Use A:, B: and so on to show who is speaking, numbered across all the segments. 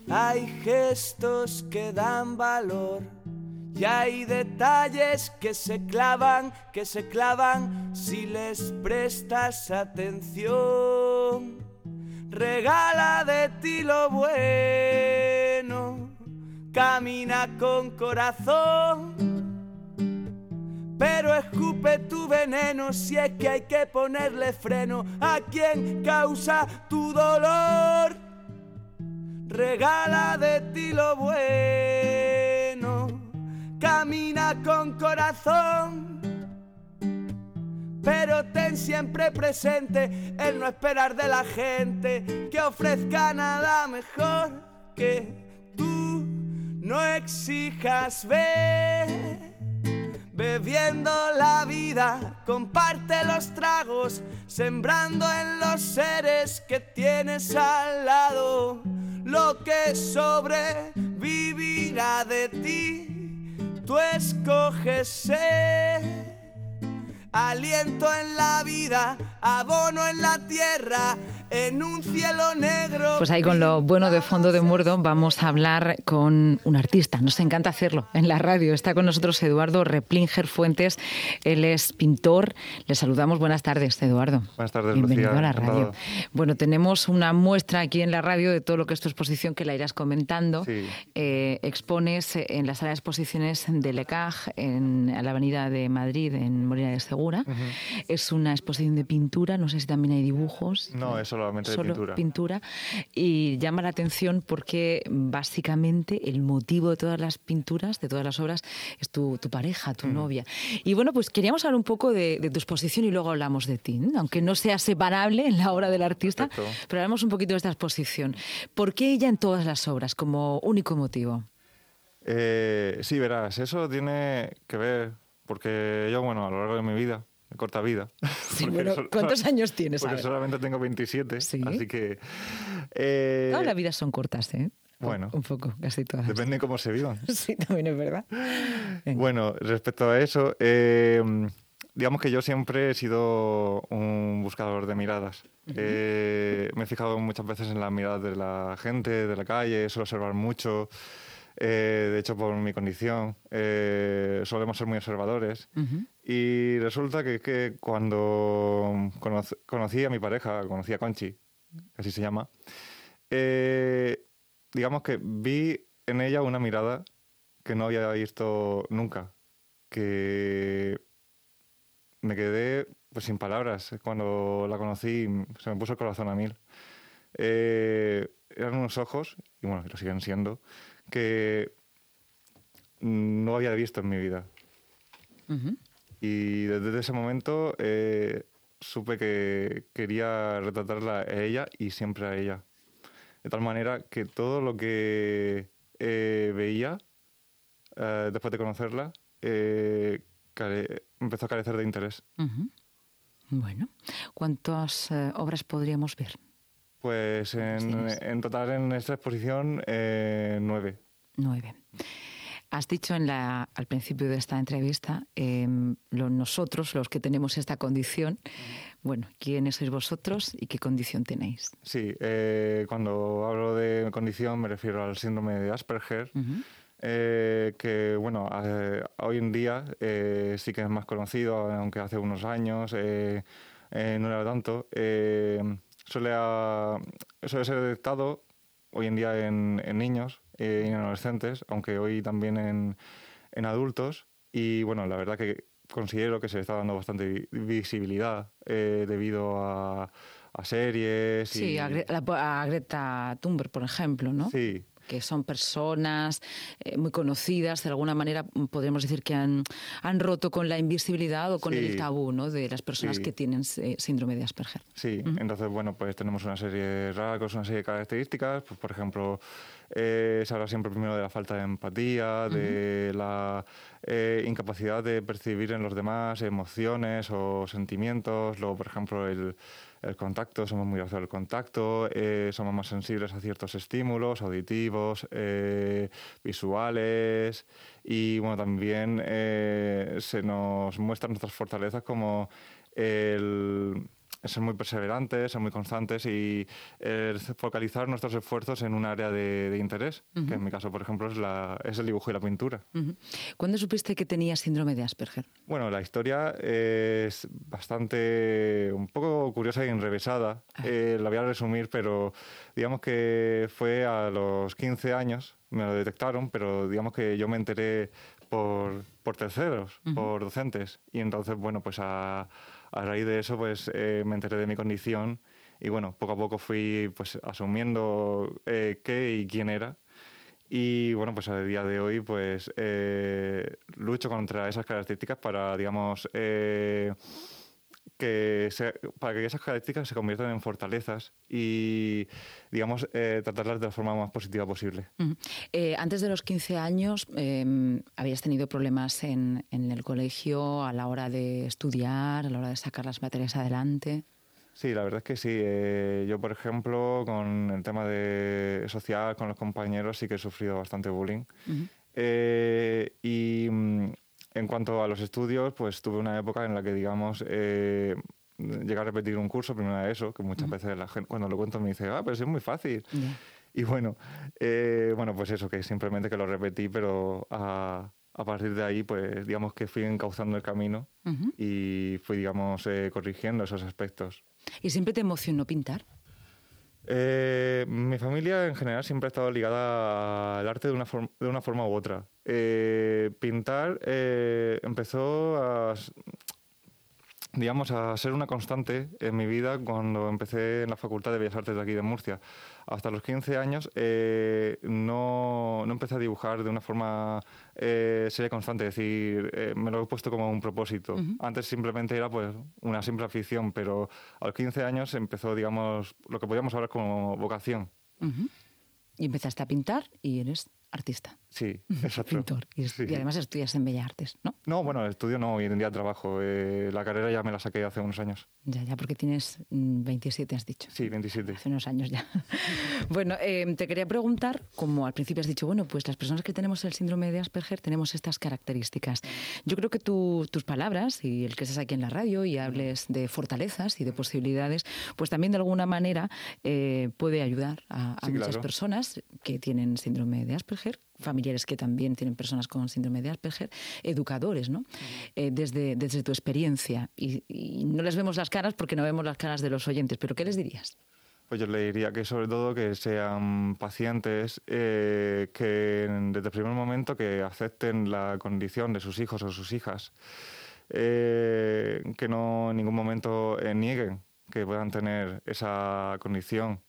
A: Hay gestos que dan valor y hay detalles que se clavan si les prestas atención. Regala de ti lo bueno, camina con corazón, pero escupe tu veneno si es que hay que ponerle freno a quien causa tu dolor. Regala de ti lo bueno, camina con corazón, pero ten siempre presente el no esperar de la gente que ofrezca nada mejor que tú. No exijas ver, bebiendo la vida, comparte los tragos, sembrando en los seres que tienes al lado lo que sobrevivirá de ti. Tú escoges ser aliento en la vida, abono en la tierra, en un cielo negro.
B: Pues ahí con lo bueno de Fondo de Muerto vamos a hablar con un artista. Nos encanta hacerlo en la radio. Está con nosotros Eduardo Replinger Fuentes. Él es pintor. Le saludamos. Buenas tardes, Eduardo.
C: Buenas tardes,
B: bienvenido
C: Lucía.
B: A la radio. Bueno, tenemos una muestra aquí en la radio de todo lo que es tu exposición, que la irás comentando.
C: Sí.
B: Expones en la sala de exposiciones de Lecaj, a la Avenida de Madrid, en Molina de Segura. Uh-huh. Es una exposición de pintura. No sé si también hay dibujos.
C: No, es solamente
B: de pintura. Y llama la atención porque básicamente el motivo de todas las pinturas, de todas las obras, es tu pareja, tu novia. Y bueno, pues queríamos hablar un poco de tu exposición y luego hablamos de ti, ¿no? Aunque no sea separable en la obra del artista. Perfecto. Pero hablamos un poquito de esta exposición. ¿Por qué ella en todas las obras como único motivo?
C: Sí, verás, eso tiene que ver porque yo, bueno, a lo largo de mi vida, de corta vida.
B: Sí, bueno, ¿cuántos años tienes?
C: Porque solamente tengo 27, sí. Así que...
B: Todas las vidas son cortas, ¿eh?
C: Bueno.
B: Un poco, casi todas.
C: Depende de cómo se vivan.
B: Sí, también es verdad.
C: Venga. Bueno, respecto a eso, digamos que yo siempre he sido un buscador de miradas. Uh-huh. Me he fijado muchas veces en las miradas de la gente, de la calle, suelo observar mucho. De hecho, por mi condición, solemos ser muy observadores. Uh-huh. Y resulta que cuando conocí a mi pareja, conocí a Conchi, así se llama, digamos que vi en ella una mirada que no había visto nunca, que me quedé pues sin palabras. Cuando la conocí se me puso el corazón a mil. Eran unos ojos, y bueno, lo siguen siendo, que no había visto en mi vida. Uh-huh. Y desde ese momento supe que quería retratarla a ella y siempre a ella. De tal manera que todo lo que veía después de conocerla empezó a carecer de interés.
B: Uh-huh. Bueno, ¿cuántas obras podríamos ver?
C: Pues en total en esta exposición 9.
B: 9. Has dicho al principio de esta entrevista, nosotros, los que tenemos esta condición, bueno, ¿quiénes sois vosotros y qué condición tenéis?
C: Sí, cuando hablo de condición me refiero al síndrome de Asperger, uh-huh. Que bueno, hoy en día sí que es más conocido, aunque hace unos años no era tanto. Suele ser detectado hoy en día en niños y en adolescentes, aunque hoy también en adultos. Y bueno, la verdad que considero que se le está dando bastante visibilidad debido a series.
B: Sí, a Greta Thunberg, por ejemplo, ¿no?
C: Sí.
B: Que son personas muy conocidas, de alguna manera podríamos decir que han roto con la invisibilidad o con el tabú, ¿no?, de las personas que tienen síndrome de Asperger.
C: Sí, uh-huh. Entonces, bueno, pues tenemos una serie de rasgos, una serie de características, pues por ejemplo, se habla siempre primero de la falta de empatía, uh-huh. de la incapacidad de percibir en los demás emociones o sentimientos, luego, por ejemplo, el contacto, somos muy hacia el contacto, somos más sensibles a ciertos estímulos auditivos, visuales, y bueno, también se nos muestran nuestras fortalezas como ser muy perseverantes, ser muy constantes y focalizar nuestros esfuerzos en un área de interés, que en mi caso, por ejemplo, es el dibujo y la pintura.
B: ¿Cuándo supiste que tenías síndrome de Asperger?
C: Bueno, la historia es bastante, un poco curiosa y enrevesada. La voy a resumir, pero digamos que fue a los 15 años, me lo detectaron, pero digamos que yo me enteré por terceros, por docentes. Y entonces, bueno, pues a raíz de eso, pues me enteré de mi condición y, bueno, poco a poco fui pues asumiendo qué y quién era. Y, bueno, pues a día de hoy, pues lucho contra esas características para, digamos, para que esas características se conviertan en fortalezas y, digamos, tratarlas de la forma más positiva posible.
B: Antes de los 15 años, ¿habías tenido problemas en el colegio a la hora de estudiar, a la hora de sacar las materias adelante?
C: Sí, la verdad es que sí. Yo, por ejemplo, con el tema de social, con los compañeros, sí que he sufrido bastante bullying. En cuanto a los estudios, pues tuve una época en la que, digamos, llegué a repetir un curso, primero de eso, que muchas veces la gente, cuando lo cuento, me dice, pero es muy fácil. Y bueno, pues eso, que simplemente que lo repetí, pero a partir de ahí, pues digamos que fui encauzando el camino y fui, digamos, corrigiendo esos aspectos.
B: ¿Y siempre te emocionó pintar?
C: Mi familia en general siempre ha estado ligada al arte de una forma u otra. Pintar empezó digamos, a ser una constante en mi vida cuando empecé en la Facultad de Bellas Artes de aquí de Murcia. Hasta los 15 años no empecé a dibujar de una forma seria constante, es decir, me lo he puesto como un propósito. Antes simplemente era pues una simple afición, pero a los 15 años empezó, digamos, lo que podríamos hablar como vocación.
B: Y empezaste a pintar y eres artista.
C: Sí, exacto.
B: Pintor. Y además estudias en Bellas Artes, ¿no?
C: No, bueno, el estudio no, hoy en día trabajo. La carrera ya me la saqué hace unos años.
B: Ya, porque tienes 27, has dicho.
C: Sí, 27.
B: Hace unos años ya. Bueno, te quería preguntar, como al principio has dicho, bueno, pues las personas que tenemos el síndrome de Asperger tenemos estas características. Yo creo que tus palabras y el que estés aquí en la radio y hables de fortalezas y de posibilidades, pues también de alguna manera puede ayudar a muchas personas que tienen síndrome de Asperger, familiares que también tienen personas con síndrome de Asperger, educadores, ¿no? Desde tu experiencia. Y no les vemos las caras porque no vemos las caras de los oyentes, pero ¿qué les dirías?
C: Pues yo le diría que sobre todo que sean pacientes, que desde el primer momento que acepten la condición de sus hijos o sus hijas, que no en ningún momento nieguen que puedan tener esa condición,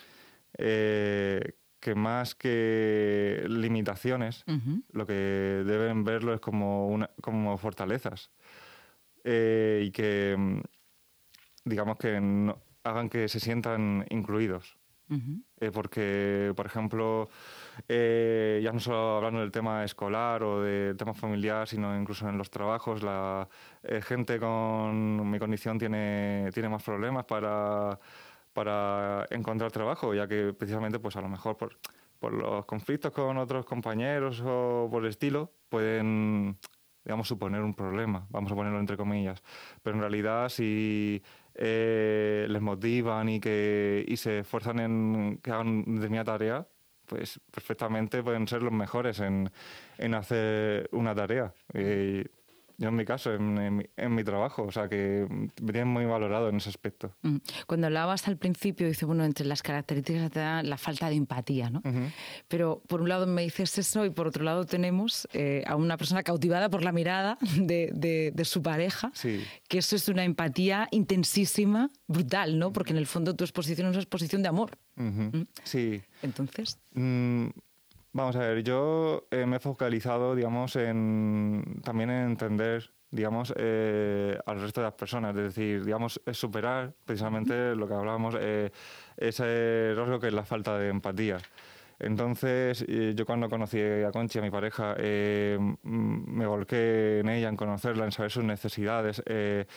C: que más que limitaciones, lo que deben verlo es como fortalezas. Y que, digamos, que hagan que se sientan incluidos. Porque, por ejemplo, ya no solo hablando del tema escolar o del tema familiar, sino incluso en los trabajos, la gente con mi condición tiene más problemas para encontrar trabajo, ya que precisamente pues a lo mejor por los conflictos con otros compañeros o por el estilo pueden, digamos, suponer un problema, vamos a ponerlo entre comillas, pero en realidad si les motivan y se esfuerzan en que hagan determinada tarea, pues perfectamente pueden ser los mejores en hacer una tarea. Yo en mi caso, en mi trabajo, o sea que me tienen muy valorado en ese aspecto.
B: Cuando hablabas al principio, dice, bueno, entre las características te da la falta de empatía, ¿no? Pero por un lado me dices eso y por otro lado tenemos a una persona cautivada por la mirada de su pareja, que eso es una empatía intensísima, brutal, ¿no? Porque en el fondo tu exposición es una exposición de amor.
C: Sí.
B: Entonces...
C: Vamos a ver, yo me he focalizado, digamos, también en entender, digamos, al resto de las personas. Es decir, digamos, es superar precisamente lo que hablábamos, ese rasgo que es la falta de empatía. Entonces, yo cuando conocí a Conchi, a mi pareja, me volqué en ella, en conocerla, en saber sus necesidades,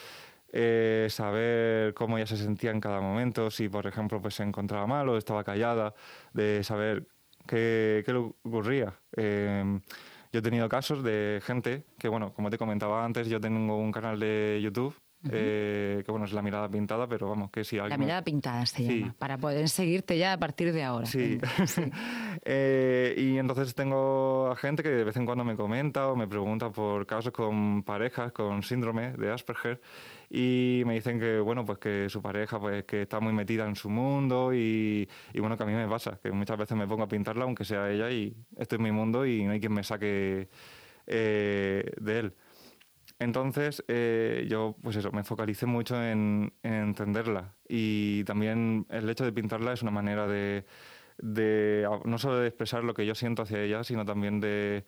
C: saber cómo ella se sentía en cada momento, si, por ejemplo, pues se encontraba mal o estaba callada, de saber qué le ocurría. Yo he tenido casos de gente que, bueno, como te comentaba antes, yo tengo un canal de YouTube que bueno, es la mirada pintada, pero vamos, que si alguien...
B: La mirada pintada se llama, para poder seguirte ya a partir de ahora.
C: Sí. Sí. Y entonces tengo a gente que de vez en cuando me comenta o me pregunta por casos con parejas con síndrome de Asperger y me dicen que, bueno, pues que su pareja pues que está muy metida en su mundo y bueno, que a mí me pasa, que muchas veces me pongo a pintarla aunque sea ella y esto es mi mundo y no hay quien me saque de él. Entonces, yo, pues eso, me focalicé mucho en entenderla y también el hecho de pintarla es una manera de no solo de expresar lo que yo siento hacia ella, sino también de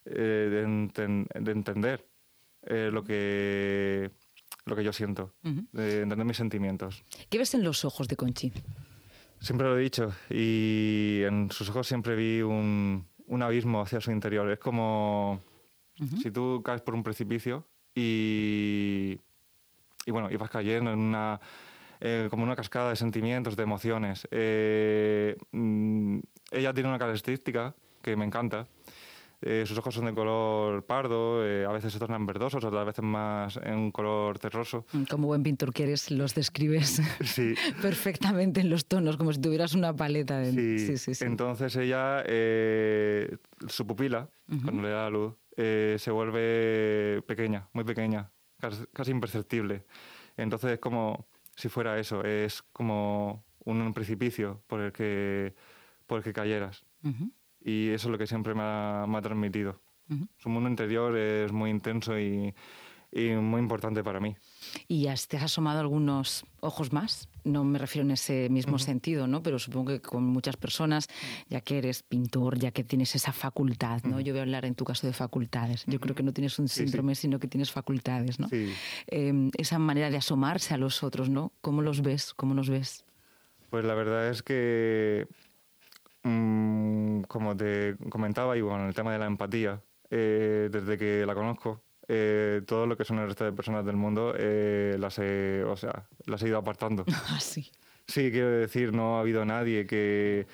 C: entender lo que yo siento, de entender mis sentimientos.
B: ¿Qué ves en los ojos de Conchi?
C: Siempre lo he dicho y en sus ojos siempre vi un abismo hacia su interior. Es como si tú caes por un precipicio y bueno, y vas cayendo en una como una cascada de sentimientos, de emociones. Ella tiene una característica que me encanta. Sus ojos son de color pardo, a veces se tornan verdosos, otras veces más en un color terroso.
B: Como buen pintor que eres, los describes
C: sí.
B: perfectamente en los tonos, como si tuvieras una paleta.
C: Sí. Entonces ella, su pupila, cuando le da la luz, se vuelve pequeña, muy pequeña, casi imperceptible. Entonces es como si fuera eso, es como un precipicio por el que cayeras. Y eso es lo que siempre me ha transmitido. Su mundo interior es muy intenso y muy importante para mí.
B: ¿Y te has asomado algunos ojos más? No me refiero en ese mismo sentido, ¿no? Pero supongo que con muchas personas, ya que eres pintor, ya que tienes esa facultad, ¿no? Yo voy a hablar en tu caso de facultades. Yo creo que no tienes un síndrome, sino que tienes facultades, ¿no?
C: Sí.
B: Esa manera de asomarse a los otros, ¿no? ¿Cómo los ves? ¿Cómo nos ves?
C: Pues la verdad es que, como te comentaba, y bueno, el tema de la empatía, desde que la conozco, todo lo que son el resto de personas del mundo las he ido apartando.
B: Ah, sí.
C: Sí, quiero decir, no ha habido nadie que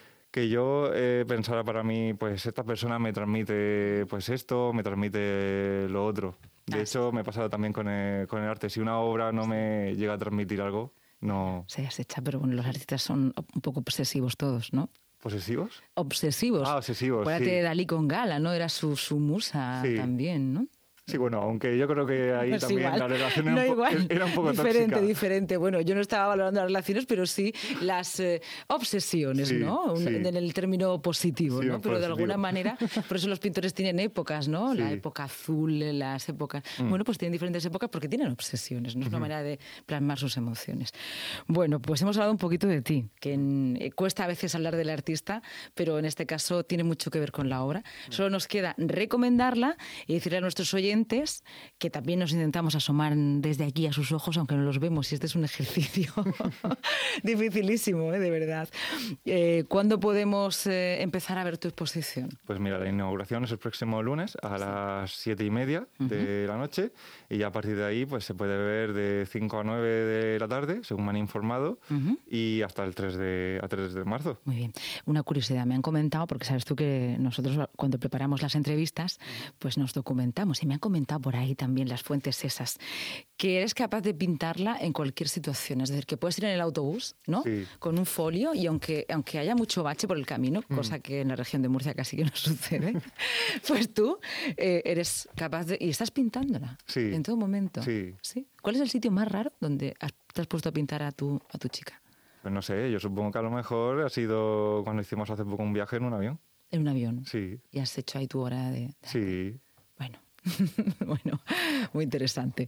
C: yo pensara para mí, pues esta persona me transmite pues esto, me transmite lo otro. De hecho, me ha pasado también con el arte. Si una obra no me llega a transmitir algo, no...
B: Se desecha, pero bueno, los artistas son un poco obsesivos todos, ¿no?
C: ¿Posesivos?
B: Obsesivos.
C: Ah, obsesivos,
B: Acuérdate de Dalí con Gala, ¿no? Era su musa también, ¿no?
C: Sí, bueno, aunque yo creo que ahí
B: pues
C: también
B: igual.
C: la relación era un poco
B: diferente. Bueno, yo no estaba valorando las relaciones, pero sí las obsesiones, ¿no? En el término positivo, ¿no? Pero de alguna manera, por eso los pintores tienen épocas, ¿no? La época azul, las épocas... Bueno, pues tienen diferentes épocas porque tienen obsesiones, ¿no? Es una manera de plasmar sus emociones. Bueno, pues hemos hablado un poquito de ti, que cuesta a veces hablar del artista, pero en este caso tiene mucho que ver con la obra. Solo nos queda recomendarla y decirle a nuestros oyentes que también nos intentamos asomar desde aquí a sus ojos, aunque no los vemos, y este es un ejercicio dificilísimo, de verdad. ¿Cuándo podemos empezar a ver tu exposición?
C: Pues mira, la inauguración es el próximo lunes a las 7:30 de la noche y ya a partir de ahí pues se puede ver de 5 a 9 de la tarde, según me han informado, y hasta el 3 de marzo.
B: Muy bien. Una curiosidad, me han comentado, porque sabes tú que nosotros cuando preparamos las entrevistas, pues nos documentamos y me han comentado por ahí también las fuentes esas, que eres capaz de pintarla en cualquier situación. Es decir, que puedes ir en el autobús, ¿no?
C: Sí.
B: Con un folio y aunque haya mucho bache por el camino, cosa que en la región de Murcia casi que no sucede, pues tú eres capaz de... Y estás pintándola en todo momento.
C: Sí.
B: ¿Sí? ¿Cuál es el sitio más raro donde te has puesto a pintar a tu chica?
C: Pues no sé, yo supongo que a lo mejor ha sido cuando hicimos hace poco un viaje en un avión.
B: En un avión.
C: Sí.
B: Y has hecho ahí tu hora de...
C: Sí.
B: Bueno. Bueno, muy interesante.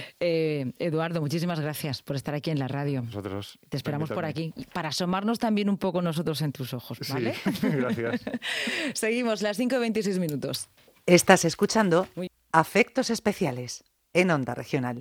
B: Eduardo, muchísimas gracias por estar aquí en la radio.
C: Nosotros.
B: Te esperamos por aquí para asomarnos también un poco nosotros en tus ojos, ¿vale?
C: Sí, gracias.
B: Seguimos, las 5:26.
D: Estás escuchando Afectos Especiales en Onda Regional.